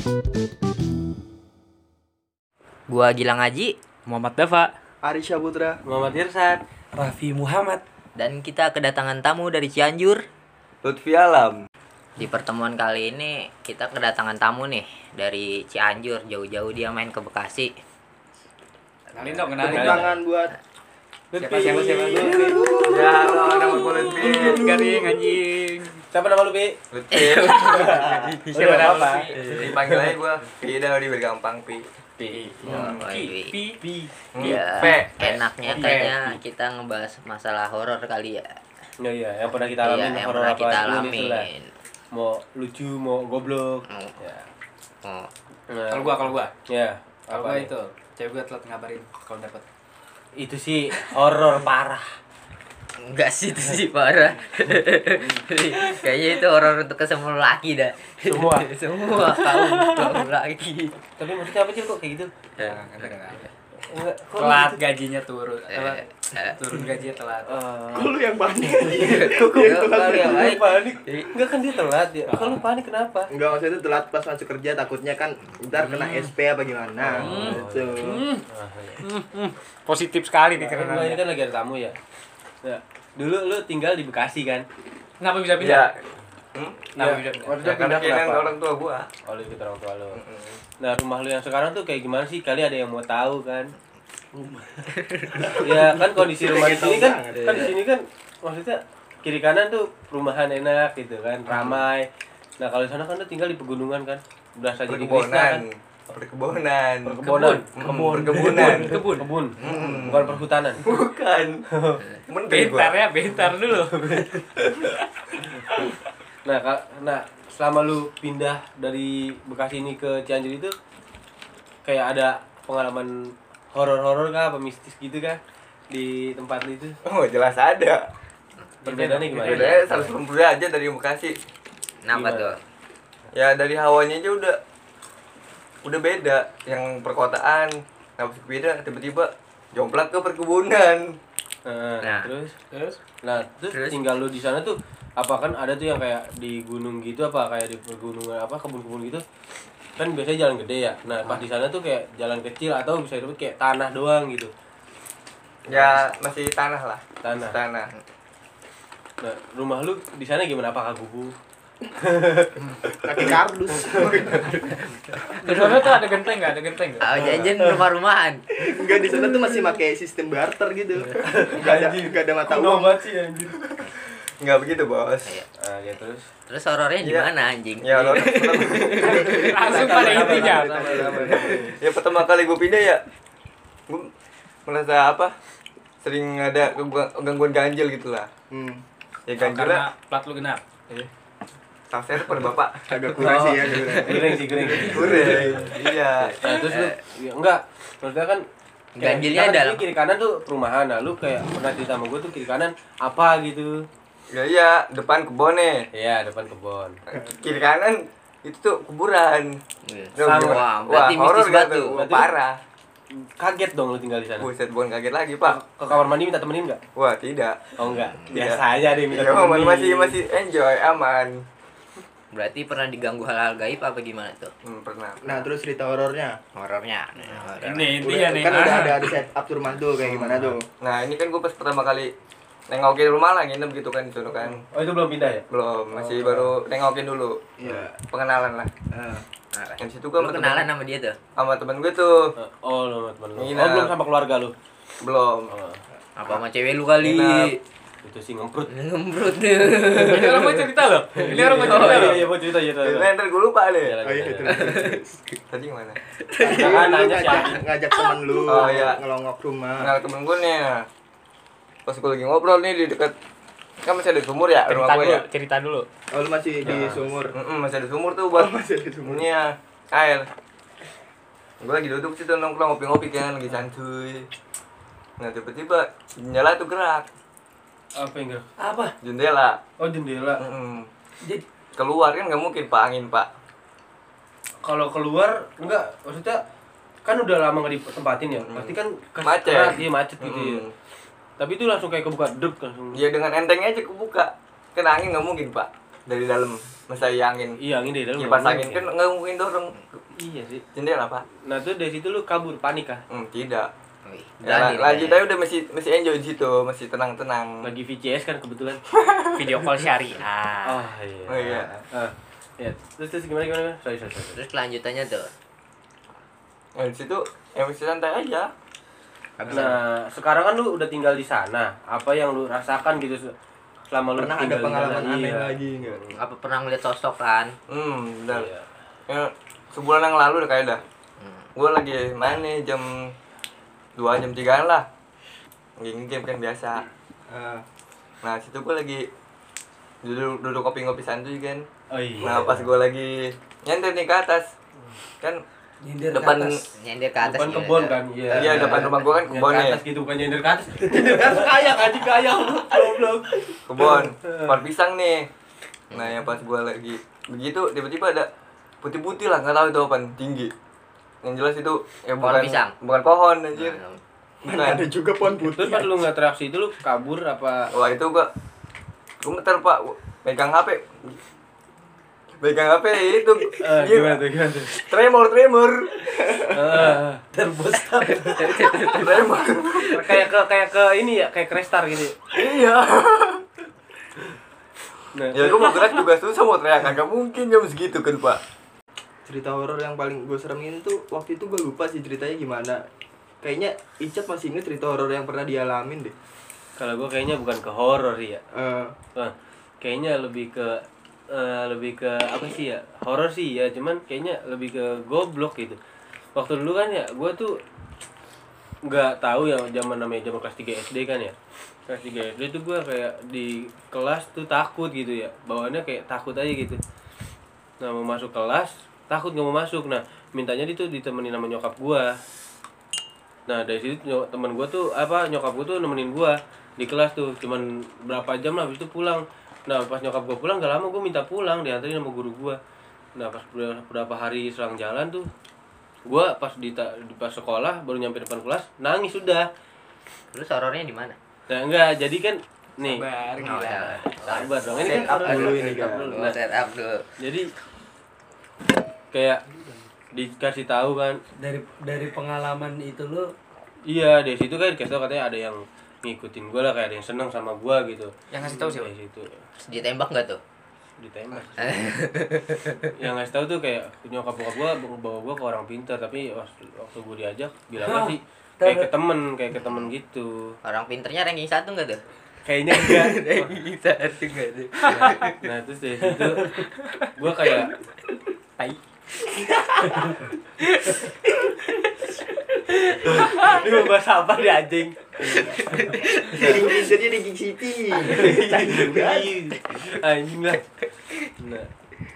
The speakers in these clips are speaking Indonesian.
Gua Gilang Aji, Muhammad Dava, Arisya Putra, Muhammad Irsad, Raffi Muhammad. dan kita kedatangan tamu dari Cianjur. Lutfi Alam. Di pertemuan kali ini kita kedatangan tamu nih dari Cianjur, jauh-jauh dia main ke Bekasi. kenalin dong, tepuk tangan buat Siapa Lutfi? Ya, halo, nama gue Lutfi. Garing anjing. Siapa nama lu, Pi? Lutfi. Siapa nama apa? Lutfi? Dipanggil aja gue. Pi dah diberi gampang, Pi. Pi. Pi. Pi. Ya, P. enaknya kayaknya kita ngebahas masalah horor kali ya. Oh iya, yang pernah kita Iya, alamin yang horor pernah apa kita dulu nih, alamin. Sul, lah. Mau lucu, mau goblok. Oh. Ya. Oh. Nah, Kalau gua. ya, Kalau apa gua nih? itu, cewek gua telat ngabarin kalau dapet. Itu sih horor parah. Enggak sih, itu sih parah. Kayaknya itu horor untuk kesemua laki dah. Semua. Semua kaum laki. Tapi maksudnya apa sih kok kayak gitu? Ya. Enggak, kok Telat gitu? gajinya turun. Telat. Turun gajinya telat. kok lu yang panik? Kali yang baik. Panik. Enggak kan dia telat ya. Kalau panik kenapa? Enggak, maksudnya telat pas masuk kerja, takutnya kan ntar kena SP apa gimana gitu. Positif sekali nih Karena ini karena. kan lagi ada tamu ya. Ya. Dulu lu tinggal di Bekasi kan? Kenapa bisa Iya. pindah? Ya, Kenapa bisa pindah? maksudnya Ya, karena pindah keinginan kenapa? orang tua gua. Oh, lu ikut orang tua lu. Nah, rumah lu yang sekarang tuh kayak gimana sih? Kali ada yang mau tahu kan? Ya kan kondisi rumah di sini kan, di sini kan maksudnya kiri kanan tuh perumahan enak gitu kan, ramai. Nah, kalau di sana kan lu tinggal di pegunungan kan, berasa jadi desa kan. Perkebunan. Perkebunan, Perkebunan. kebun, bukan perhutanan. Bukan. Menteri Bentar gua. ya, bentar dulu. Nah, selama lu pindah dari Bekasi ini ke Cianjur itu kayak ada pengalaman horor-horor kah, apa mistis gitu kah di tempat lu itu? Oh, jelas ada. Perbedaannya gimana? Bedanya 180 derajat dari Bekasi. Kenapa Gimana? tuh? Ya dari hawanya aja udah beda. Yang perkotaan nggak beda, tiba-tiba jomplang ke perkebunan. Nah. Terus Terus? tinggal lu di sana tuh apa kan ada tuh yang kayak di gunung gitu, apa kayak di pegunungan apa kebun-kebun gitu kan biasanya jalan gede ya. Nah pas di sana tuh kayak jalan kecil atau bisa disebut kayak tanah doang gitu. Ya masih tanah lah. Tanah. Tanah. Nah rumah lu di sana gimana, apakah gubuk? Kaki kardus. Di sana tuh ada genteng nggak? Ada genteng nggak? Ah, jajan rumah-rumahan. Enggak, di sana tuh masih pakai sistem barter gitu. Enggak ada mata uang. sih anjir. Nggak begitu, Bos. Iya. Ya terus Terus horornya di Iya. mana anjing? Ya orang Langsung pada intinya. ya pertama kali gue pindah ya gue merasa apa sering ada gangguan ganjil gitu lah. Ya ganjil Karena lah. plat lu genap. Tahu saya pada bapak. Agak kurang sih ya. goreng. Kurang. Iya. Nah terus lu ya, enggak maksudnya kan kayak Ganjilnya kita kan dalam. di kiri kanan tuh perumahan. Nah lu kayak pernah cerita sama gue tuh kiri kanan apa gitu. Ya iya, depan kebun nih. Iya depan kebon. Kiri kanan itu tuh kuburan. Wah, berarti mistis horor banget gitu. tuh. Berarti- Parah. Kaget dong lu tinggal di sana. Buset, bukan kaget lagi, Pak. Ke kamar mandi minta temenin nggak? Wah, tidak. Oh enggak. Tidak. Biasa aja deh minta Ya, temenin. masih enjoy, aman. Berarti pernah diganggu hal-hal gaib apa gimana tuh? Pernah. Nah, terus cerita horornya. Horornya. Ini intinya nih. Kan udah ada setup rumah tuh kayak gimana tuh. Nah, ini kan gue pas pertama kali nengokin rumah lah, nginep gitu kan di sono kan. Oh itu belum pindah ya? Belum, masih baru nengokin dulu. Iya. Pengenalan lah. Yang situ gue Lu kenalan sama dia tuh? sama temen gue tuh. Oh lu sama temen lu. Nginep. Oh belum sama keluarga lu. Belum. Oh, Apa sama cewek lu kali? Nginep. itu sih ngemprut. Ngembrut deh. Ini orang mau cerita loh. Ini orang mau cerita loh. Iya mau cerita cerita. Ntar gue lupa deh. Jalan, Oh iya jalan, itu. jalan. Tadi mana? Jangan Lu nanya ngajak temen lu Oh, iya. ngelongok rumah. Kenal temen gue nih. Pas gue lagi ngobrol nih di dekat kan masih ada sumur ya rumah gue ya. Cerita dulu. Oh, lu masih di sumur. Masih ada sumur tuh buat Masih di sumur. ini ya air. Gue lagi duduk situ nongkrong ngopi-ngopi kan lagi santuy. Nah tiba-tiba jendela tuh gerak. Apa yang gerak? Apa? Jendela. Oh jendela. Jadi Keluar kan nggak mungkin pak angin pak. Kalau keluar enggak maksudnya kan udah lama nggak ditempatin ya. Pasti kan Macet. keras, iya macet gitu ya. Tapi itu langsung kayak kebuka dep langsung. Ya dengan entengnya aja kebuka. Kan angin nggak mungkin pak dari dalam. masai angin. Iya, angin dari dalam. Kipas nggak angin mungkin. kan nggak mungkin dorong Iya sih. jendela Pak. Nah, tuh dari situ lu kabur, panik kah? Tidak. Wih, Ya, berani lanjut nih. aja udah masih enjoy di situ, masih tenang-tenang. Lagi VCS kan kebetulan. Video call syariah. Oh iya. Oh, iya. Ya, terus gimana? Sorry. Terus kelanjutannya tuh. Nah, di situ ya masih santai aja. Nah, sekarang kan lu udah tinggal di sana. Apa yang lu rasakan gitu selama lu Pernah ada tinggal di pengalaman sana? aneh Iya. lagi enggak? Apa pernah ngeliat sosok kan? Benar. Iya. Ya, sebulan yang lalu udah kayak dah. Hmm. Gue lagi main nih jam 2 jam 3 lah. Lagi game kan biasa. Nah, situ gue lagi duduk kopi-ngopi santuy kan. Oh iya. Nah, pas gue lagi nyender nih ke atas. Kan depan Nyender ke atas Depan gimana kebun tuh? kan, iya. Iya, depan rumah gue kan Nyender kebun ke nih. atas gitu, bukan nyender ke atas. Nyender ke atas kayak anjing kayak goblok. Kebun, pohon pisang nih. Nah, yang pas gue lagi begitu tiba-tiba ada putih-putih lah, nggak tahu itu apa, tinggi. Yang jelas itu ya Pohon bukan pisang? bukan pohon anjir. Nah, Bukan. Ada juga pohon putih. Terus pas lu nggak tereaksi itu lu kabur apa? Wah, itu gua gemeter Pak, pegang HP. Pegang HP itu Gimana tuh? tremor tremor. Kayak ke ini ya, kayak Crestar gitu. Iya. Nah, Ya gua mau gerak juga susah, mau teriak kagak mungkin jam segitu kan Pak. Cerita horor yang paling gue seremin tuh waktu itu gue lupa sih ceritanya gimana. Kayaknya Icat masih inget cerita horor yang pernah dialamin deh. kalau gua kayaknya bukan ke horor ya. Eh, Kayaknya lebih ke apa sih ya? Horor sih ya, cuman kayaknya lebih ke goblok gitu. Waktu dulu kan ya, gua tuh nggak tahu ya zaman kelas 3 SD kan ya. Kelas 3 SD tuh gua kayak di kelas tuh takut gitu ya. Bawaannya kayak takut aja gitu. Nah, mau masuk kelas, takut nggak mau masuk. Nah, mintanya itu ditemenin sama nyokap gua. Nah, dari situ temen gua tuh nyokap gua tuh nemenin gua di kelas tuh, cuman berapa jam lah habis itu pulang. Nah, pas nyokap gua pulang gak lama gua minta pulang, diantarin sama guru gua. Nah, pas berapa hari selang jalan tuh gua pas pas sekolah baru nyampe depan kelas nangis sudah. Terus horornya di mana? Nah, enggak, jadi kan nih Sabar, Oh, gila. ya. sabar dong, ini Set kan up orang- dulu ini, set up kan. dulu. Gua Nah, set up dulu. jadi kayak dikasih tahu kan. Dari pengalaman itu lu Iya, dari situ kan dikasih tahu katanya ada yang ngikutin gue lah, kayak ada yang seneng sama gue gitu. Yang ngasih tahu siapa? Dari situ Terus ditembak nggak tuh? ditembak. Yang ngasih tahu tuh kayak nyokap bokap gue bawa gue ke orang pintar, tapi waktu gue diajak bilangnya sih kayak ke temen gitu. Orang pinternya ranking 1 nggak tuh? Kayaknya enggak. Ranking 1 nggak tuh? Nah, terus dari situ gue kayak Tai. ini mau bahas apa nih anjing? jadi pinternya di Geek City. Anjing lah. Nah,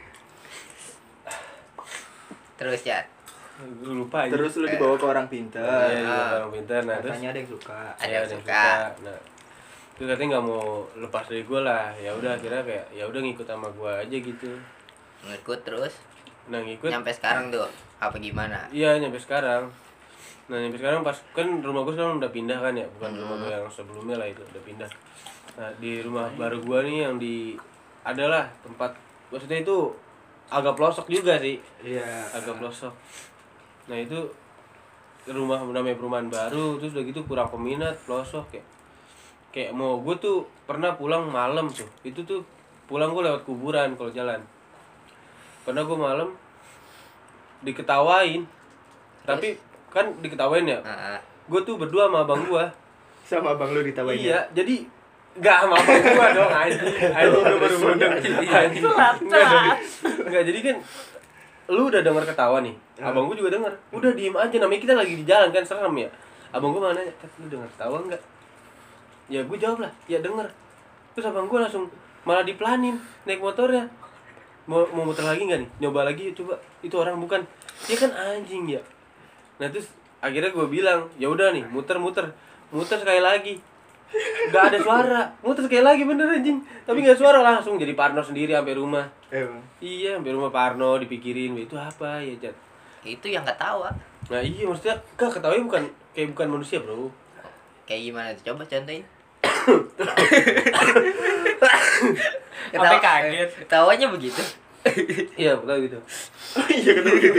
Terus ya, gue lupa aja. Terus lu dibawa ke orang pinter. Iya, juga orang pintar. Nah, terus Katanya ada yang suka. Ada ya, yang suka. Nah, itu katanya nggak mau lepas dari gue lah. Ya udah, akhirnya kayak ya udah ngikut sama gue aja gitu. ngikut terus. Nah, ngikut. Nyampe sekarang tuh, apa gimana? Iya, nyampe sekarang. Nah, nyampe sekarang pas kan rumah gue sekarang udah pindah kan ya, bukan rumah gue yang sebelumnya lah, itu udah pindah. Nah, di rumah baru gue nih yang adalah tempat, maksudnya itu agak pelosok juga sih, Iya. agak pelosok. Nah, itu rumah namanya perumahan baru, terus udah gitu kurang peminat, pelosok kayak mau gue tuh pernah pulang malam tuh, itu tuh pulang gue lewat kuburan kalau jalan. Pernah gue malam diketawain, tapi kan diketawain ya, gue tuh berdua sama abang gue. Sama abang lu ditawain. Iya, jadi nggak sama abang gue dong, anjing gue baru bener anjing. Nggak, jadi kan lu udah denger ketawa nih, abang gue juga denger, udah diem aja, namanya kita lagi di jalan kan, serem ya. Abang gue mana nanya, lu denger ketawa nggak? Ya gue jawab lah, ya denger. Terus abang gue langsung malah dipelanin naik motornya, mau muter lagi nggak nih, nyoba lagi coba, itu orang bukan, dia kan anjing ya. Nah, terus akhirnya gue bilang, ya udah nih, muter sekali lagi, nggak ada suara, muter sekali lagi bener anjing, tapi nggak suara, langsung jadi Parno sendiri sampai rumah. Emang. Iya, sampai rumah Parno dipikirin, itu apa ya, Jat? Itu yang ketawa. Nah iya, maksudnya ketawanya bukan manusia, bro. Kayak gimana tuh? Coba contohin. Sampai kaget. Tawanya begitu. Iya, betul gitu. Iya ketemu gitu.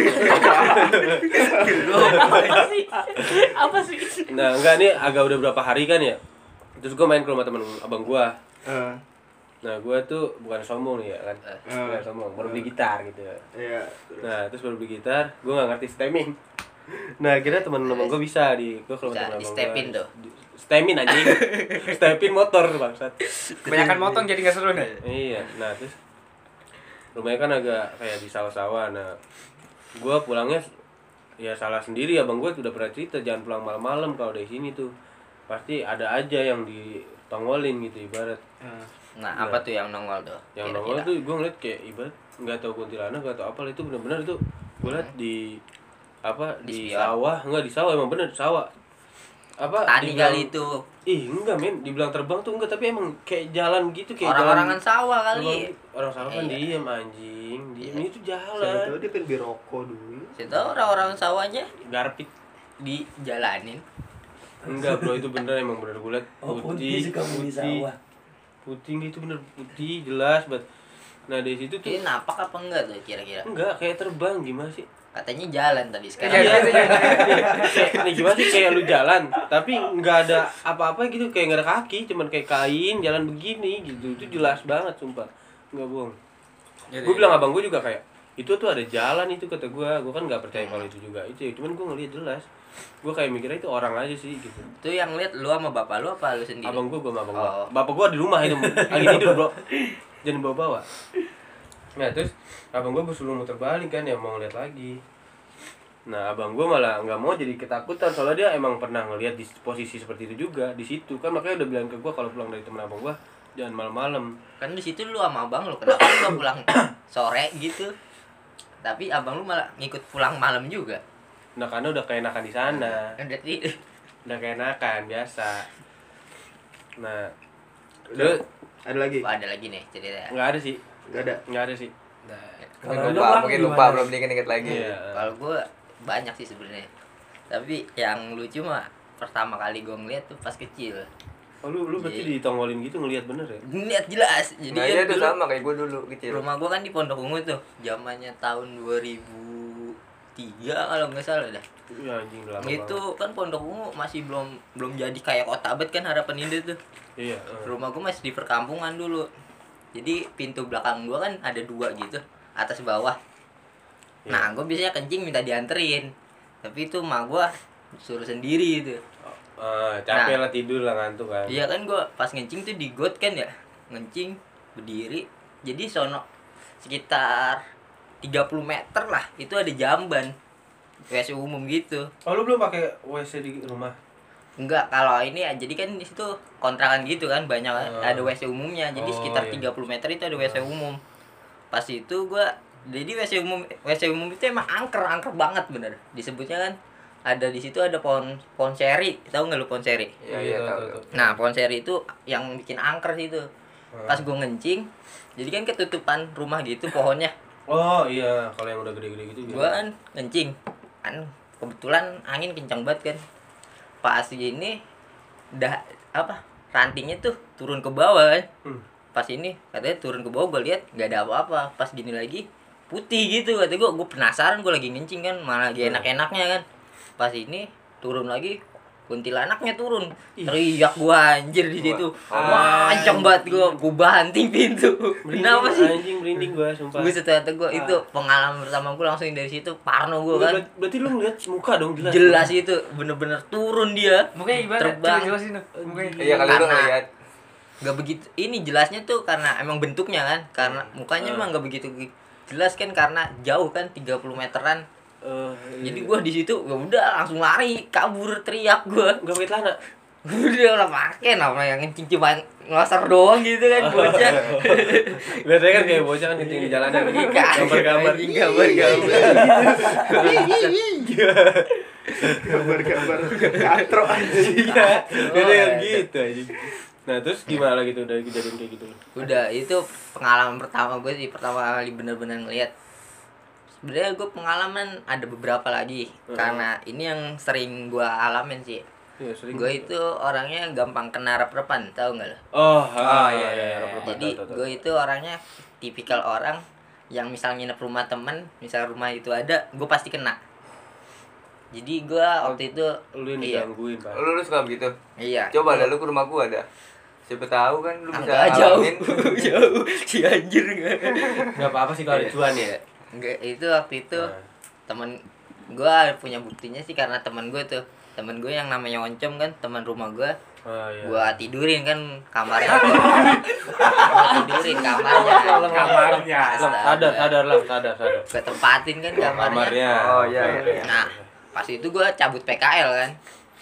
Apa sih? Nah, enggak nih agak udah berapa hari kan ya. Terus gue main ke rumah temen abang gue. Heeh. Nah, gue tuh bukan sombong nih ya kan. Bukan sombong, baru beli gitar gitu. Iya. Nah, terus baru beli gitar, gue gak ngerti stemming. Nah, akhirnya temen abang gue bisa gue ke rumah Bisa temen abang di-stepin gue. tuh. Stemin anjing. Stepin motor bangsat. Kebanyakan motong jadi nggak seru nih. Iya, nah terus rumahnya kan agak kayak di sawah-sawah. Nah, gue pulangnya ya salah sendiri. Abang gue udah pernah cerita jangan pulang malam-malam kalau dari sini tuh pasti ada aja yang ditongolin gitu ibarat. Nah, apa tuh yang nongol tuh? Yang Kira-kira? nongol tuh gue ngeliat kayak ibarat nggak tahu kuntilanak nggak tahu apa itu benar-benar itu gue liat di apa di spion. sawah nggak di sawah emang bener di sawah apa Tani dibilang- kali itu. ih enggak men dibilang terbang tuh enggak tapi emang kayak jalan gitu kayak Orang-orangan jalan sawah kali. orang sawah kan Iya. diem anjing diem itu Siapa jalan tahu dia pengen beli rokok dulu. Saya tahu orang-orang sawahnya garpit dijalanin. enggak bro itu bener emang bener gue liat Oh, putih suka beli sawah. putih itu bener putih jelas banget. Nah dari situ tuh Ini napak apa enggak tuh kira-kira? enggak kayak terbang gimana sih. Katanya jalan tadi sekarang. Iya, iya. Kayak nih gimana sih kayak lu jalan tapi nggak ada apa-apa gitu kayak nggak ada kaki cuman kayak kain jalan begini gitu itu jelas banget sumpah nggak bohong. Gue bilang abang gue juga kayak itu tuh ada jalan itu kata gue kan nggak percaya kalau itu juga itu ya cuman gue ngeliat jelas gue kayak mikirnya itu orang aja sih gitu. Itu yang lihat lu sama bapak lu apa lu sendiri? Abang gue sama abang Oh. gue bapak gue di rumah itu lagi tidur bro jangan bawa-bawa. Nah terus abang gue suruh muter balik kan ya mau ngeliat lagi. Nah abang gue malah nggak mau jadi ketakutan soalnya dia emang pernah ngeliat di posisi seperti itu juga di situ kan makanya udah bilang ke gue kalau pulang dari temen abang gue jangan malam-malam. Kan di situ lu sama abang lu kenapa lu nggak pulang sore gitu? Tapi abang lu malah ngikut pulang malam juga. Nah karena udah keenakan di sana Berarti udah keenakan biasa. Nah Udah. terus Ada lagi? ada lagi nih cerita. nggak ada sih Enggak ada. nggak ada sih. Kalau Mungkin lu lupa, Bang, mungkin gimana? lupa belum diinget-inget lagi. Iya. Kalau gue banyak sih sebenarnya. Tapi yang lucu mah pertama kali gue ngeliat tuh pas kecil. Oh, lu berarti ditongolin gitu ngelihat bener ya? Ngeliat jelas. Jadi Nah kan iya tuh dulu sama kayak gue dulu kecil. rumah gue kan di Pondok Ungu tuh. Zamannya tahun 2003 kalau nggak salah dah. Ya anjing udah lama Itu kan Pondok Ungu masih belum jadi kayak kota bet kan Harapan Indah tuh. Iya. Rumah gue masih di perkampungan dulu. Jadi pintu belakang gue kan ada dua gitu, atas bawah. Iya. Nah gue biasanya kencing minta dianterin. Tapi itu emak gue suruh sendiri itu. Capek Nah. lah tidur lah ngantuk kan. Iya kan gue pas ngencing tuh di got kan ya. Ngencing berdiri. Jadi sono sekitar 30 meter lah itu ada jamban. WC umum gitu. Oh lu belum pakai WC di rumah? Enggak, kalau ini ya jadi kan di situ kontrakan gitu kan banyak ada WC umumnya. Jadi Oh, sekitar iya. 30 meter itu ada WC umum. Pas itu gua jadi WC umum itu emang angker banget bener. Disebutnya kan ada di situ ada pohon seri. Tahu nggak lu pohon seri? Iya iya tahu. Nah, pohon seri itu yang bikin angker situ. Pas gua ngencing, jadi kan ketutupan rumah gitu pohonnya. Oh iya, kalau yang udah gede-gede gitu. Gua kan ngencing. Kan kebetulan angin kencang banget kan. Pas ini dah apa? Rantingnya tuh turun ke bawah kan. Pas ini katanya turun ke bawah gue lihat nggak ada apa-apa. Pas gini lagi putih gitu kata gue penasaran gue lagi ngencing kan malah lagi enak-enaknya kan. Pas ini turun lagi kuntilanaknya turun. Teriak gue anjir di situ. Wah, kencang banget gue banting pintu. Kenapa sih? Anjing merinding gua sumpah. Gue setelah itu itu pengalaman pertama gue langsung dari situ parno gue kan. Berarti lu ngeliat muka dong jelas. Jelas itu bener-bener turun dia. Mukanya gimana? Terbang. Coba jelasin dong. Mukanya. Iya kali lu Karena- ngeliat. Gak begitu ini jelasnya tuh karena emang bentuknya kan karena mukanya emang gak begitu jelas kan karena jauh kan 30 meteran. Jadi gua di situ ya udah langsung lari kabur teriak gua. Gak pakai celana. Udah lah pakai nama yang kencing cuma ngelosor doang gitu kan bocah. Biasanya kan kayak bocah kan kencing di jalanan. Gambar-gambar. Gambar-gambar. Gambar-gambar katro anjing. Iya. Biasanya kan gitu anjing. Nah terus gimana lagi tuh dari kejadian kayak gitu? Udah itu pengalaman pertama gue sih pertama kali bener-bener ngeliat. Sebenarnya gue pengalaman ada beberapa lagi karena ini yang sering gue alamin sih. Iya, sering. Gue itu orangnya gampang kena rep-repan, tahu nggak lo? Iya. Jadi gue itu orangnya tipikal orang yang misal nginep rumah temen, misal rumah itu ada, gue pasti kena. Jadi gue waktu itu Lu yang iya, digangguin, Pak. Lu suka begitu? iya. Coba dah lu ke rumah gua dah. Siapa tahu kan lu bisa Enggak jauh, ngalamin. jauh, si anjir enggak. Enggak apa-apa sih kalau ada cuan ya. Enggak, itu waktu itu temen gue punya buktinya sih karena temen gue yang namanya Oncom kan, teman rumah gue. Oh iya. Gua tidurin kan kamarnya. Gua tidurin kamarnya. Sadar. Gua tempatin kan kamarnya. Oh iya. Nah, pas itu gua cabut PKL kan.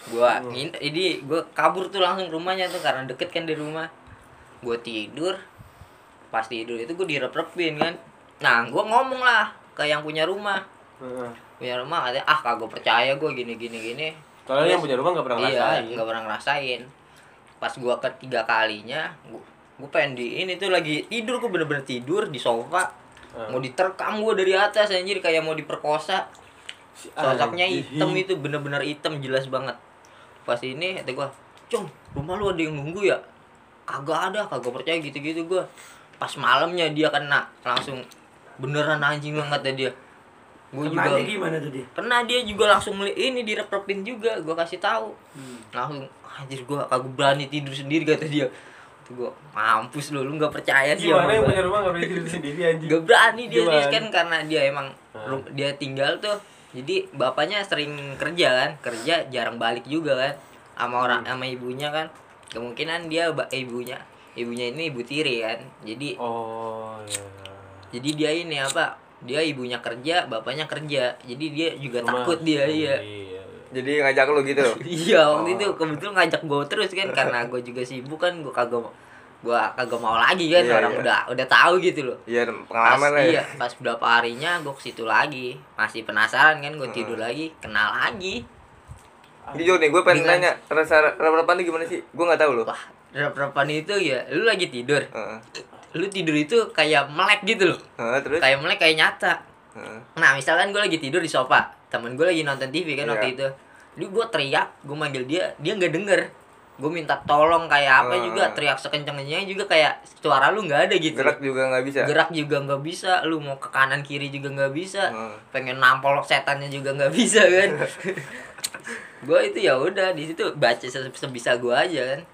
Gua kabur tuh langsung ke rumahnya tuh karena deket kan di rumah. Gua tidur. Pas tidur itu gua direp-repin kan. Nah, gua ngomong lah ke yang punya rumah. Punya rumah katanya, kagak percaya gua gini. Soalnya yang punya rumah nggak pernah ngerasain. Iya, nggak pernah ngerasain. Pas gua ketiga kalinya, gua pengen ini tuh lagi tidur, gua bener-bener tidur di sofa. Mau diterkam gua dari atas anjir kayak mau diperkosa. Sosoknya hitam itu bener-bener hitam jelas banget. Pas ini kata gua, "Cung, rumah lu ada yang nunggu ya?" Kagak percaya gitu-gitu gua. Pas malamnya dia kena langsung beneran anjing banget ya dia. Gua juga gimana tuh dia? kena dia juga langsung ini direp-repin juga, gua kasih tahu. Langsung anjir gua kagak berani tidur sendiri kata dia. Tuh gua mampus lu enggak percaya sih. Gimana yang punya rumah enggak berani tidur sendiri anjing? Gak berani dia kan karena dia emang dia tinggal tuh. Jadi bapaknya sering kerja jarang balik juga kan sama ibunya kan. Kemungkinan dia ibunya ini ibu tiri kan. Jadi iya. Jadi dia ini dia ibunya kerja, bapaknya kerja. Jadi dia juga takut dia. Iya. Jadi ngajak lu gitu. Iya, waktu itu kebetulan ngajak gue terus kan karena gue juga sibuk kan, gue kagak mau lagi kan. Iya, orang udah tahu gitu loh. Iya, pengalaman lah. Iya, pas berapa harinya gue ke situ lagi. Masih penasaran kan, gue tidur lagi, kenal lagi. Jujur nih, gue pengen nanya, rasa rep-repan itu gimana sih? Gue nggak tahu loh. Wah, rep-repan itu ya, lu lagi tidur. Lu tidur itu kayak melek gitu loh. Terus? Kayak melek, kayak nyata. Nah, misalkan gue lagi tidur di sofa, temen gue lagi nonton TV kan waktu itu. Jadi gue teriak, gue manggil dia nggak denger. Gue minta tolong kayak apa juga, teriak sekenceng-kencengnya juga kayak suara lu nggak ada gitu. Gerak juga nggak bisa. Lu mau ke kanan kiri juga nggak bisa. Pengen nampol setannya juga nggak bisa kan. Gue itu ya udah di situ baca sebisa gue aja kan.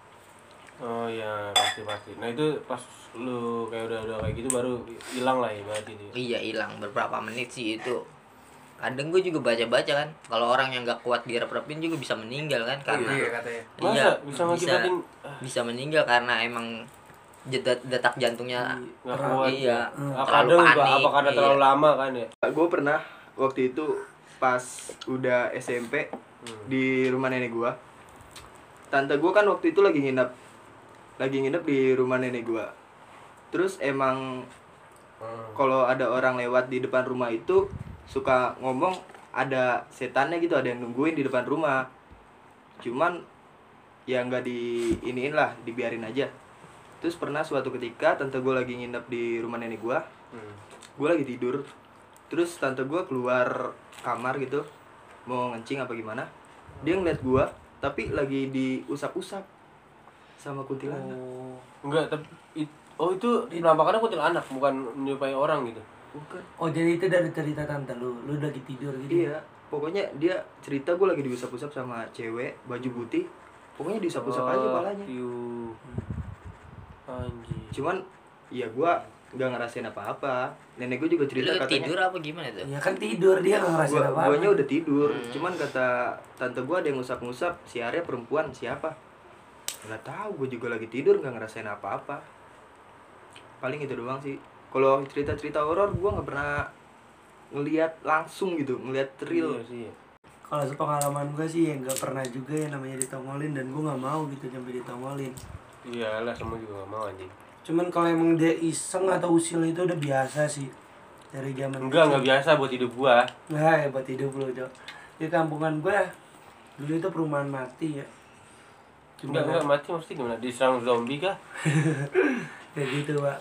Oh iya, pasti. Nah itu pas lu kayak udah kayak gitu baru hilang lah ya berarti dia. Iya, hilang beberapa menit sih itu. Kadang gue juga baca kan, kalau orang yang nggak kuat direp-repin juga bisa meninggal kan karena katanya. Masa bisa ngakibatin bisa meninggal karena emang detak jantungnya nggak kuat. Iya, Kadang juga apa karena terlalu lama kan ya. Gue pernah waktu itu pas udah SMP di rumah nenek gue. Tante gue kan waktu itu lagi nginep di rumah nenek gue. Terus emang kalau ada orang lewat di depan rumah itu suka ngomong ada setannya gitu, ada yang nungguin di depan rumah. Cuman ya nggak diiniin lah, dibiarin aja. Terus pernah suatu ketika tante gue lagi nginep di rumah nenek gue. Gue lagi tidur. Terus tante gue keluar kamar gitu, mau ngencing apa gimana. Dia ngeliat gue tapi lagi diusap-usap sama kuntilanak. Enggak, tapi itu penampakannya kuntilanak, bukan menyerupai orang gitu. Bukan. Oh, jadi itu dari cerita tante lu lagi tidur gitu. Iya, pokoknya dia cerita gue lagi diusap-usap sama cewek baju putih. Pokoknya diusap-usap aja kepalanya. Anjir. Cuman ya gue nggak ngerasain apa-apa. Nenek gue juga cerita lu katanya tidur apa gimana tuh? Ya kan tidur, dia nggak ngerasain apa-apa. guanya udah tidur. Cuman kata tante gue ada yang ngusap-ngusap, si Arya perempuan, siapa? Nggak tahu, gue juga lagi tidur nggak ngerasain apa-apa. Paling itu doang sih. Kalau cerita-cerita horor gue nggak pernah ngelihat langsung gitu, ngelihat real. Iya sih. Kalau sepengalaman gue sih ya nggak pernah juga yang namanya ditongolin, dan gue nggak mau gitu sampai ditongolin. Iyalah, semua juga nggak mau anjing. Cuman kalau emang dia iseng atau usil itu udah biasa sih dari zaman Enggak biasa buat hidup gua. Nah, ya buat hidup lu, Cok. Di kampungan gue dulu itu perumahan mati ya. Enggak mati mesti gimana? Diserang zombie kah? Kayak gitu, Pak.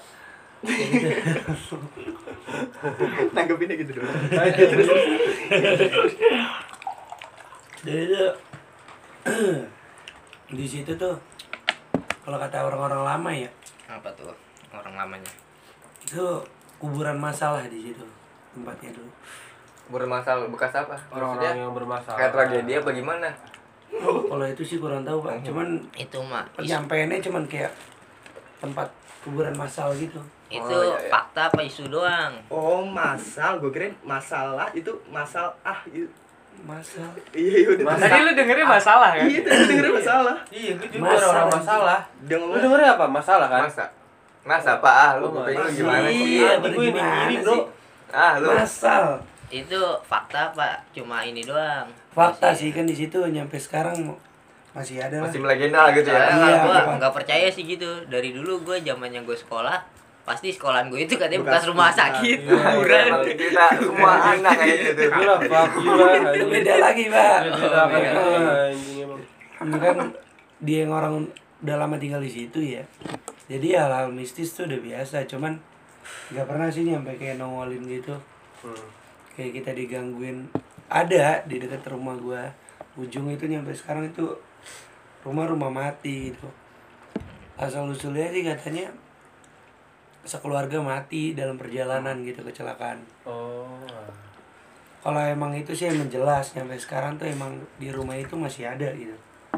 Nanggepinnya gitu doang. Jadi itu Di situ tuh kalau kata orang-orang lama ya, Apa tuh orang lamanya? itu kuburan masalah di situ tempatnya dulu. Bermasalah bekas apa? Orang-orang Maksudnya yang bermasalah. kayak tragedi apa gimana? Kalau itu sih kurang tahu Pak, cuman Itu mah penyampaiannya cuman kayak tempat kuburan massal gitu. itu Oh, iya, iya. fakta apa isu doang? Oh, masal, gue kirain masalah itu masal itu. Massal. Iya, udah. Tadi lu dengernya masalah kan? Iya, tadi dengerin masalah. Iya, gue juga Masalah. orang masalah. Dia Lu ngomong dengernya apa? Masalah kan? Masa Pak, lu Oh, kuping lu masa. gimana sih? Iya, Anjing, gue ini gimana gini, Bro. sih? Lu Massal. Itu fakta apa? Cuma ini doang. Fakta sih kan di situ nyampe sekarang masih ada lah. masih melegenda gitu ya. Iya, Gua Pak. nggak percaya sih gitu. Dari dulu gue zamannya gue sekolah, pasti sekolahan gue itu katanya Bekas bekas rumah kuburan. sakit, Iya, kuburan. Kalau kita semua anak kayak gitu. Gila, fuck you lah. Itu beda lagi Pak. Beda kan beda. anjing emang. Ini kan dia yang orang udah lama tinggal di situ ya. Jadi hal-hal mistis tuh udah biasa, cuman nggak pernah sih nyampe kayak nongolin gitu. Kayak kita digangguin. Ada di dekat rumah gua. Ujung itu nyampe sekarang itu rumah mati gitu. Asal usulnya sih katanya sekeluarga mati dalam perjalanan gitu, kecelakaan. Oh. Kalau emang itu sih emang jelas sampai sekarang tuh emang di rumah itu masih ada gitu.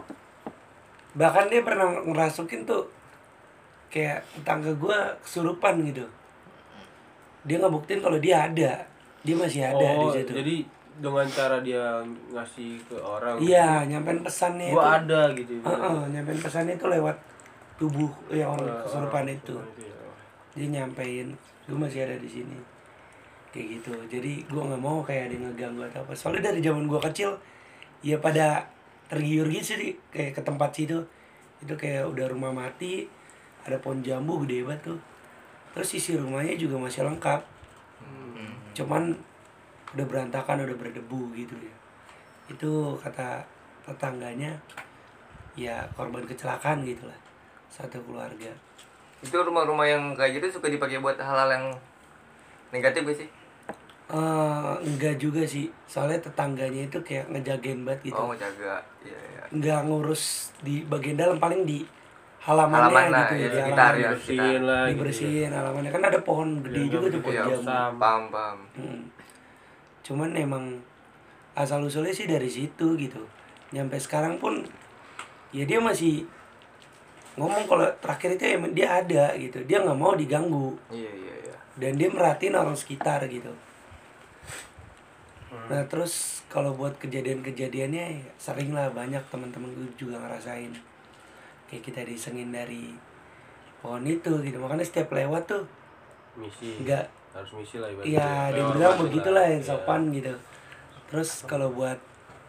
Bahkan dia pernah ngerasukin tuh kayak tetangga gua kesurupan gitu. Dia ngebuktiin kalau dia ada, dia masih ada di situ. Jadi dengan cara dia ngasih ke orang. Iya, nyampein pesannya Gua itu. ada gitu. Nyampein pesannya itu lewat tubuh yang orang kesurupan itu. Iya. Dia nyampein, gue masih ada di sini. Kayak gitu. Jadi gue nggak mau kayak ada yang ngeganggu atau apa. Soalnya dari zaman gue kecil, ya pada tergiur gitu sih kayak ke tempat situ. Itu kayak udah rumah mati, ada pohon jambu gede banget tuh. Terus isi rumahnya juga masih lengkap. Cuman udah berantakan, udah berdebu gitu ya. Itu kata tetangganya, ya korban kecelakaan gitu lah. Satu keluarga. Itu rumah-rumah yang kayak gitu suka dipakai buat hal-hal yang negatif gak sih? Enggak juga sih, soalnya tetangganya itu kayak ngejagain banget gitu. Oh, jaga. Iya, iya. Enggak ngurus di bagian dalam, paling di halamannya Halaman lah, gitu ya, di sekitar halaman. ya. Bersihin lah. gitu. Dibersihin halamannya, kan ada pohon gede Iya, juga tuh, pohon Iya, jambu. paham. Cuman emang asal usulnya sih dari situ gitu. Nyampe sekarang pun ya dia masih ngomong kalau terakhir itu emang dia ada gitu, dia nggak mau diganggu Iya. dan dia merhatiin orang sekitar gitu. Nah terus kalau buat kejadian-kejadiannya ya, sering lah, banyak teman-teman gue juga ngerasain kayak kita disengin dari pohon itu gitu. Makanya setiap lewat tuh Misi. enggak, Harus misi lah ibaratnya. iya dia Lewat bilang misi begitulah lah. yang Iya. sopan gitu. Terus kalau buat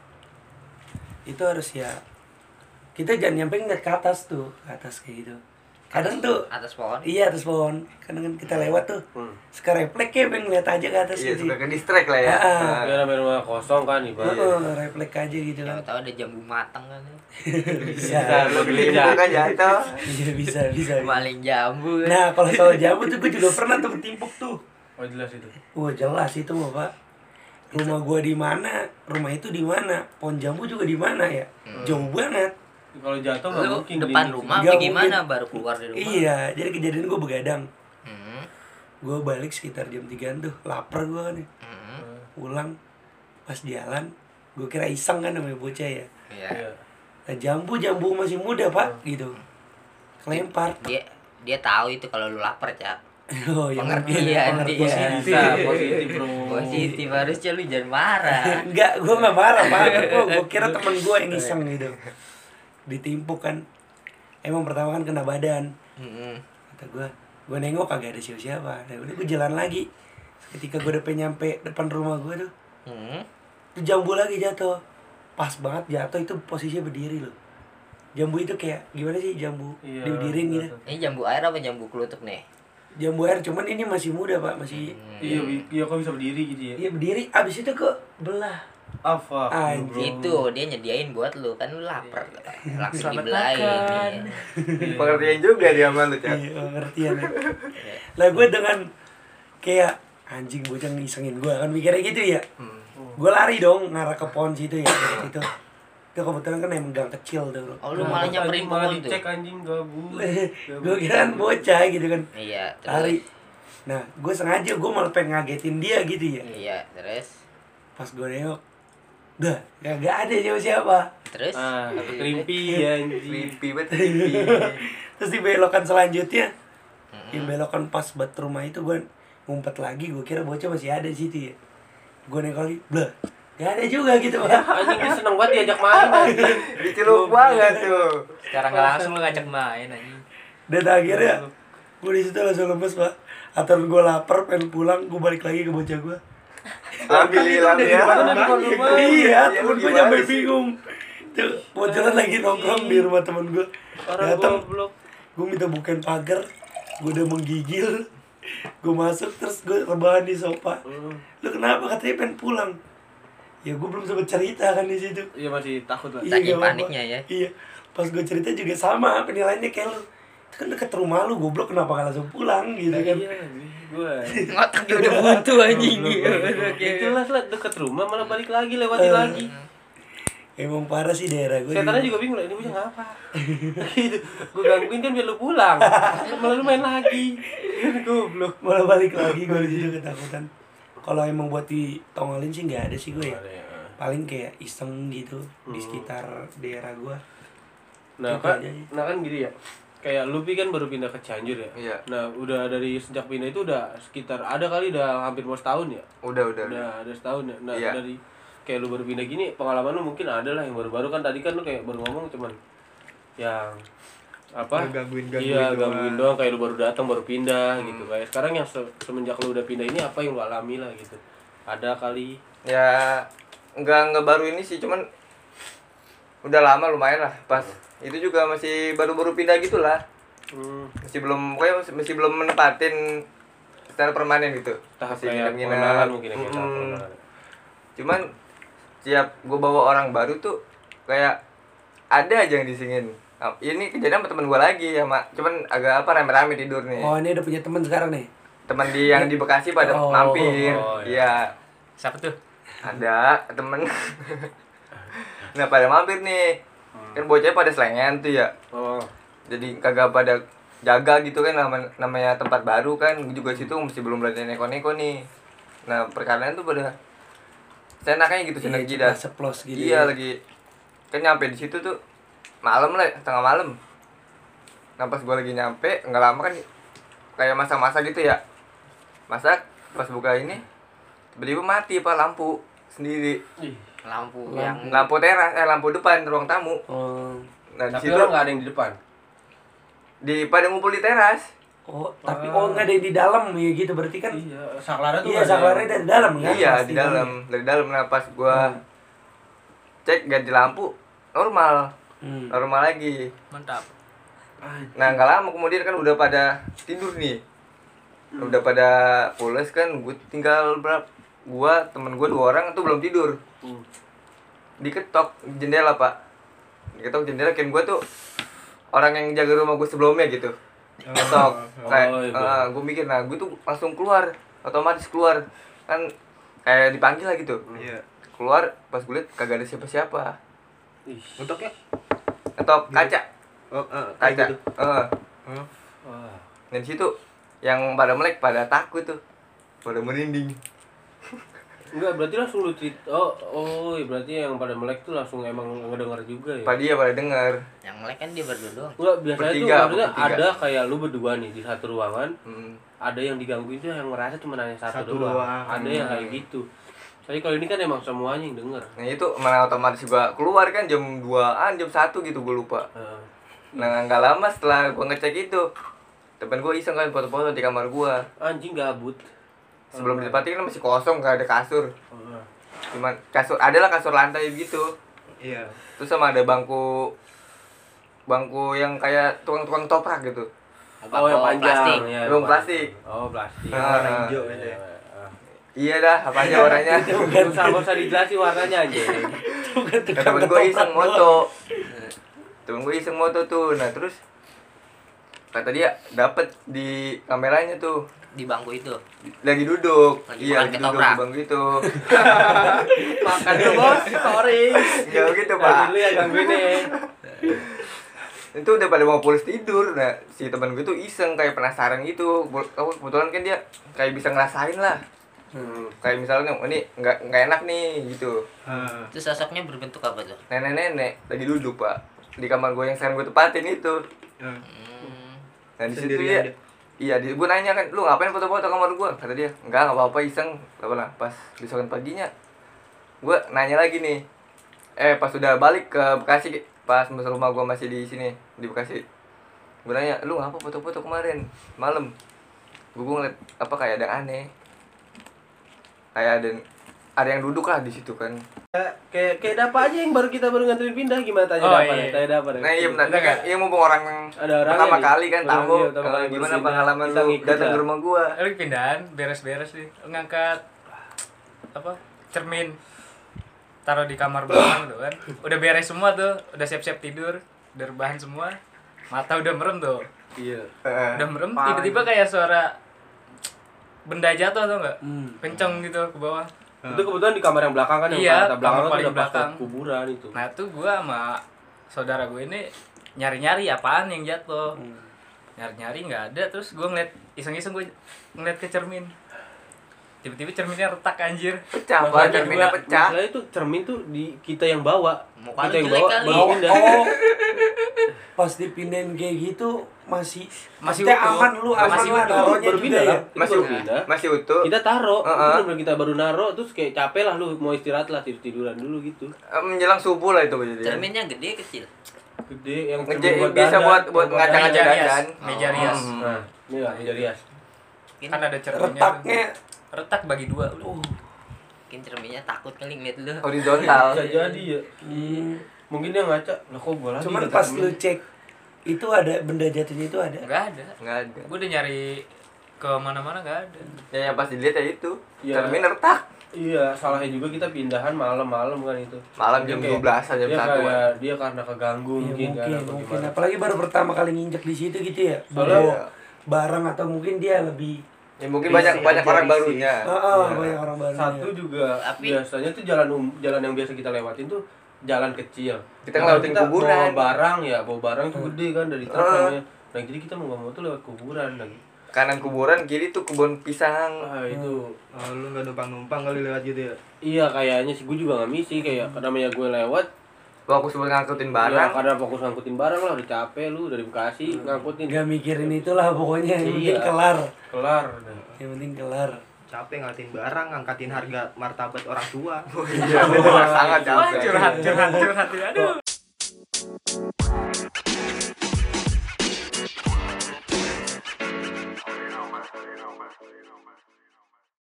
itu harus ya kita jangan nyampe ngeliat ke atas tuh, ke atas kayak gitu. Kadang tuh Atas pohon. iya atas pohon, kadang kan kita lewat tuh suka refleks ya, pengen ngeliat aja ke atas Iya, gitu. suka ke distract lah ya. Ah, Ya namanya rumah kosong kan ibaratnya. refleks aja gitu kan. Tahu ada jambu matang kan. Bisa. Lu beli itu kan jatuh. Iya bisa. Maling jambu kan. Nah kalau soal jambu tuh gue juga pernah tuh bertimpuk tuh. Oh jelas itu. Wah jelas itu mah Pak. Rumah gua di mana, rumah itu di mana, pohon jambu juga di mana ya, jauh banget. Kalau jatuh nggak Lu mungkin depan gelinding. rumah Nggak apa gimana mungkin. baru keluar dari rumah? Iya, jadi kejadian gua begadang. Hmm. Gua balik sekitar jam 3 tuh, lapar gua kan ya. Hmm. Pulang pas jalan, gua kira iseng kan namanya bocah ya. Iya. Iya. Nah, jambu masih muda Pak, gitu. Kelempar. Dia tahu itu kalau lu lapar, Cak. Oh, ya Pengertian pengertian. dia. Bisa positif bro. Positif, harusnya lu jangan marah. Enggak, gue nggak marah Pak. Gue kira temen gue yang iseng gitu. Ditimpuk kan. Emang pertama kan kena badan. Hmm. Kata gue nengok kagak ada siapa-siapa. Nah udah gue jalan lagi. Ketika gue udah nyampe depan rumah gue tuh, Hmm. tuh jambu lagi jatuh. Pas banget jatuh, itu posisinya berdiri loh. Jambu itu kayak gimana sih jambu Iya, dibedirin gitu. Ini jambu air apa jambu kelutuk nih? Jambu air, cuman ini masih muda Pak, masih Iya kok bisa berdiri gitu ya. iya berdiri. Abis itu ke belah. Apa? Anjing. Itu dia nyediain buat lu, kan lu lapar. Langsung Selamat dibelain. makan. Iya. Pengertian juga dia sama lu, Cak. Iya, pengertian ya. Lah gue dengan kayak anjing bocah ngisengin gue kan mikirnya gitu ya. Gue lari dong ngarah ke pohon situ ya, dari situ. Itu kebetulan kan emang gang kecil tuh. Oh, lu malah nyamperin malah pohon tuh. dicek anjing gabut. Gue kira bocah gitu kan. Iya, Lari. terus. Nah, gue sengaja gue malah pengen ngagetin dia gitu ya. Iya, terus. Pas gue nengok, dah, gak ada siapa-siapa. Terus. Kerimpi anjing. Creepy banget, creepy. Terus di belokan selanjutnya, yang belokan pas buat rumah itu gue ngumpet lagi, gue kira bocah masih ada di situ ya. Gue nengok lagi, blah, gak ada juga gitu Pak. Anjing dia seneng banget diajak main anjing. Dicelup banget tuh. Secara nggak langsung lu ngajak main aja. Dan akhirnya gue di situ langsung lemes Pak. Atau gue lapar pengen pulang, gue balik lagi ke bocah gue. Ambil hilang ya. Iya, Ya, temen lu gue gimana sampai sih? bingung. Tuh, bocoran lagi nongkrong di rumah temen gue. Orang Datang, goblok. gue minta bukain pagar, gue udah menggigil. Gue masuk terus gue rebahan di sofa. Lu kenapa? Katanya pengen pulang. Ya gue belum sempat cerita kan di situ. Iya masih takut lah. Saking nggak apa-apa. paniknya ya. Iya. Pas gue cerita juga sama penilaiannya kayak lu. Itu kan deket rumah lu, goblok kenapa gak langsung pulang gitu kan. Iya, gue. Ngotaknya udah buntu anjing. Jelas lah deket rumah malah balik lagi lewatin lagi. Emang parah sih daerah gue. Setannya juga bingung lah, ini bocah ngapa? Gitu. Gue gangguin kan biar lu pulang. Malah lu main lagi. Goblok. Malah balik lagi gue di situ ketakutan. Kalau emang buat ditongolin sih nggak ada sih gue ya. Paling kayak iseng gitu di sekitar daerah gue. Nah, Gitu kan, aja sih. nah kan gini ya. Kayak Lupi kan baru pindah ke Cianjur ya. Iya. Nah, udah dari sejak pindah itu udah sekitar ada kali udah hampir mau setahun ya. Udah. Udah ada setahun ya. Nah, Iya. dari kayak lu baru pindah gini, pengalaman lu mungkin ada lah yang baru-baru kan tadi kan lu kayak baru ngomong cuman yang apa? Gangguin-gangguin Iya, doang. gangguin doang kayak lu baru datang baru pindah gitu. Kayak sekarang yang semenjak lu udah pindah ini apa yang lu alami lah gitu. Ada kali. Ya enggak baru ini sih, cuman udah lama lumayan lah. Pas itu juga masih baru-baru pindah gitulah. Masih belum menempatin secara permanen gitu. Tahap Masih kayak nginep-nginep. pengenalan mungkin ya, kayak tahap pengenalan. Cuman tiap gue bawa orang baru tuh kayak ada aja yang disingin. Nah, ini kejadian sama temen gue lagi cuman agak rame-rame tidur nih. Oh ini udah punya teman sekarang nih. Teman yang di Bekasi pada Oh, mampir. oh, Iya. Siapa tuh? Ada temen. Nah pada mampir nih. Kan bocahnya pada selengen tuh ya. Oh. Jadi kagak pada jaga gitu kan, namanya tempat baru kan. Juga situ masih belum berani neko-neko nih. Nah perkaranya tuh pada senaknya gitu, senak jidat. Seplos gitu. Iya lagi kan nyampe di situ tuh malam lah, tengah malam. Nah pas gue lagi nyampe nggak lama kan kayak masa-masa gitu ya, masak pas buka ini tiba-tiba mati lampu sendiri, Lampu lampu teras lampu depan ruang tamu. Oh. Nah di Tapi situ orang nggak ada yang di depan. pada ngumpul di teras. Oh, tapi nggak ada yang di dalam ya gitu berarti kan. Iya, saklarnya tuh Iya, nggak ada saklarnya yang- dari dalam kan. Iya pasti di kan. dalam, dari dalam. Nah pas gua cek ganti lampu normal normal lagi. Mantap. Nah nggak lama kemudian kan udah pada tidur nih, udah pada pules kan. Gue tinggal gua temen gua 2 orang tuh belum tidur. Diketok jendela pak, diketok jendela. Kan gua tuh orang yang jaga rumah gua sebelumnya gitu. Ketok kayak iya. gue mikir, nah gue tuh langsung keluar, otomatis keluar kan kayak dipanggil lah gitu. Iya. Keluar pas gue liat kagak ada siapa-siapa. Untuknya? Ketok kaca, Oh, kayak kaca. gitu. Wah. Dan situ yang pada melek pada takut tuh, pada merinding. Enggak, berarti langsung lu cerita. Oh, iya, berarti yang pada melek tuh langsung emang ngedenger juga ya. Pada dengar. yang melek kan dia berdua doang. Enggak, biasanya tuh Bertiga, maksudnya bertiga. ada kayak lu berdua nih di satu ruangan, Hmm. ada yang digangguin tuh yang ngerasa cuma hanya satu Satu doang. doang. Ada yang kayak gitu. Tapi kalau ini kan emang semuanya yang denger. Nah itu mana otomatis gua keluar kan jam 2-an, jam 1 gitu gua lupa. Nah nggak lama setelah gua ngecek itu, temen gua iseng kan foto-foto di kamar gua. Anjing gabut. Sebelum ditempati kan masih kosong, gak ada kasur. Cuman adalah kasur lantai gitu. Iya. Terus sama ada bangku yang kayak tukang-tukang toprak gitu. Oh, yang panjang. Plastik. Ya, Belum plastik. Oh, plastik. Nah, hijau Iya, gitu ya. iya dah, apa aja warnanya. Nggak usah dijelasin warnanya aja. Nah, temen gue iseng moto. Temen gue iseng moto tuh. Nah terus kata dia dapet di kameranya tuh di bangku itu. Lagi duduk. Lagi Iya, makan lagi duduk ketoprak. di bangku itu. Makan tuh bos, sorry. Enggak begitu, Pak. Dulu ya gangguin nih. Itu udah pada mau pulis tidur. Nah, si teman gue tuh iseng kayak penasaran gitu. Kebetulan kan dia kayak bisa ngerasain lah. Kayak misalnya ini nggak enak nih gitu. Itu sosoknya berbentuk apa tuh? Nenek-nenek lagi duduk, Pak, di kamar gue yang sekarang gue tempatin itu. Hmm. Nah di situ Sendirian dia, iya gue nanya kan, lu ngapain foto-foto kamar gue? Kata dia, enggak apa-apa, iseng. Lah pas besokan paginya, gue nanya lagi nih, pas udah balik ke Bekasi, pas rumah gue masih di sini di Bekasi, gue nanya, lu ngapa foto-foto kemarin malam? Gue ngeliat apa kayak ada aneh, kayak ada yang duduk lah di situ kan. Kayak Dapa aja yang kita baru nganterin pindah, gimana tanya Oh, Dapa iya. nih? Tanya Dapa deh. Nah iya benar, Ada nggak? iya mumpung orang Ada orangnya pertama nih. kali kan Orang tamu, dia pertama kali gimana bersihin, pengalaman kita lu ngikut datang lah. ke rumah gua? Lagi pindahan, beres-beres sih. Ngangkat apa? Cermin. Taruh di kamar belakang tuh kan. Udah beres semua tuh, udah siap-siap tidur, udah rebahan semua. Mata udah merem tuh. Iya. Udah merem, tiba-tiba kayak suara benda jatuh atau enggak? Kenceng gitu ke bawah. Itu kebetulan di kamar yang belakang kan, yang Iya, belakang kamar tuh paling udah pas belakang. kuburan itu. Nah tuh gua sama saudara gue ini nyari-nyari apaan yang jatuh. Nyari-nyari nggak ada, terus gua ngeliat iseng-iseng gue ngeliat ke cermin. Tiba-tiba cerminnya retak anjir. Pecah, Makanya Pak, cerminnya juga, pecah. masalahnya itu cermin tuh di kita yang bawa. Muka Kita lu yang jelek bawa kali. baru pindah. Oh, pas dipindahin kayak gitu masih maksudnya utuh. aman lu aman Masih lah utuh. naruhnya Baru juga pindah ya. lah. Itu Masih baru pindah. masih utuh. Kita taruh, itu Heeh. bener kita baru naro, terus kayak capek lah lu mau istirahat lah, tiduran dulu gitu. Menjelang subuh lah itu kejadian. Cerminnya gede kecil. Gede yang Bisa buat ngaca-ngaca Meja rias. dandan. Meja rias. Nah, ini lah meja rias. Mungkin, Kan ada cerminnya. Retaknya tuh. Retak bagi dua. mungkin cerminnya takut kali ngeliat lu. Horizontal. Bisa jadi ya. Mungkin dia ngaca, lah kok gua lagi. cuman kata pas cermin. lu cek itu ada benda jatuhnya itu ada. Enggak ada. Enggak ada. Gue udah nyari ke mana-mana enggak ada. Ya yang pas dilihat ya itu. Ya. Cermin retak. Iya, salahnya juga kita pindahan malam-malam kan itu. Malam jam Dia 12 aja, jam dia 1. kayak dia karena keganggu Iya, mungkin kan atau mungkin gimana. apalagi baru pertama kali nginjek di situ gitu ya. Soalnya- Bawa barang atau mungkin dia lebih Ya mungkin banyak orang risih. barunya. banyak orang baru. Satu juga Tapi- biasanya tuh jalan yang biasa kita lewatin tuh jalan kecil. Kita Nah, ngelewatin kuburan. bawa barang tuh gede kan dari truk namanya. Nah, jadi kita mau nggak mau tuh lewat kuburan lagi. Kanan kuburan, kiri tuh kebun pisang. Ah, itu. Oh, lu nggak numpang-numpang kali lewat gitu ya? Iya, kayaknya sih gue juga nggak misi kayak namanya gue lewat. Fokus buat ngangkutin Ya, barang. karena fokus ngangkutin barang lah, udah capek lu dari Bekasi ngangkutin. Gak mikirin itulah pokoknya yang penting Iya. kelar. Kelar. Yang penting kelar. Capek ngeliatin barang, ngangkatin harga martabat orang tua. Iya, sangat Wah, capek. curhat. Aduh.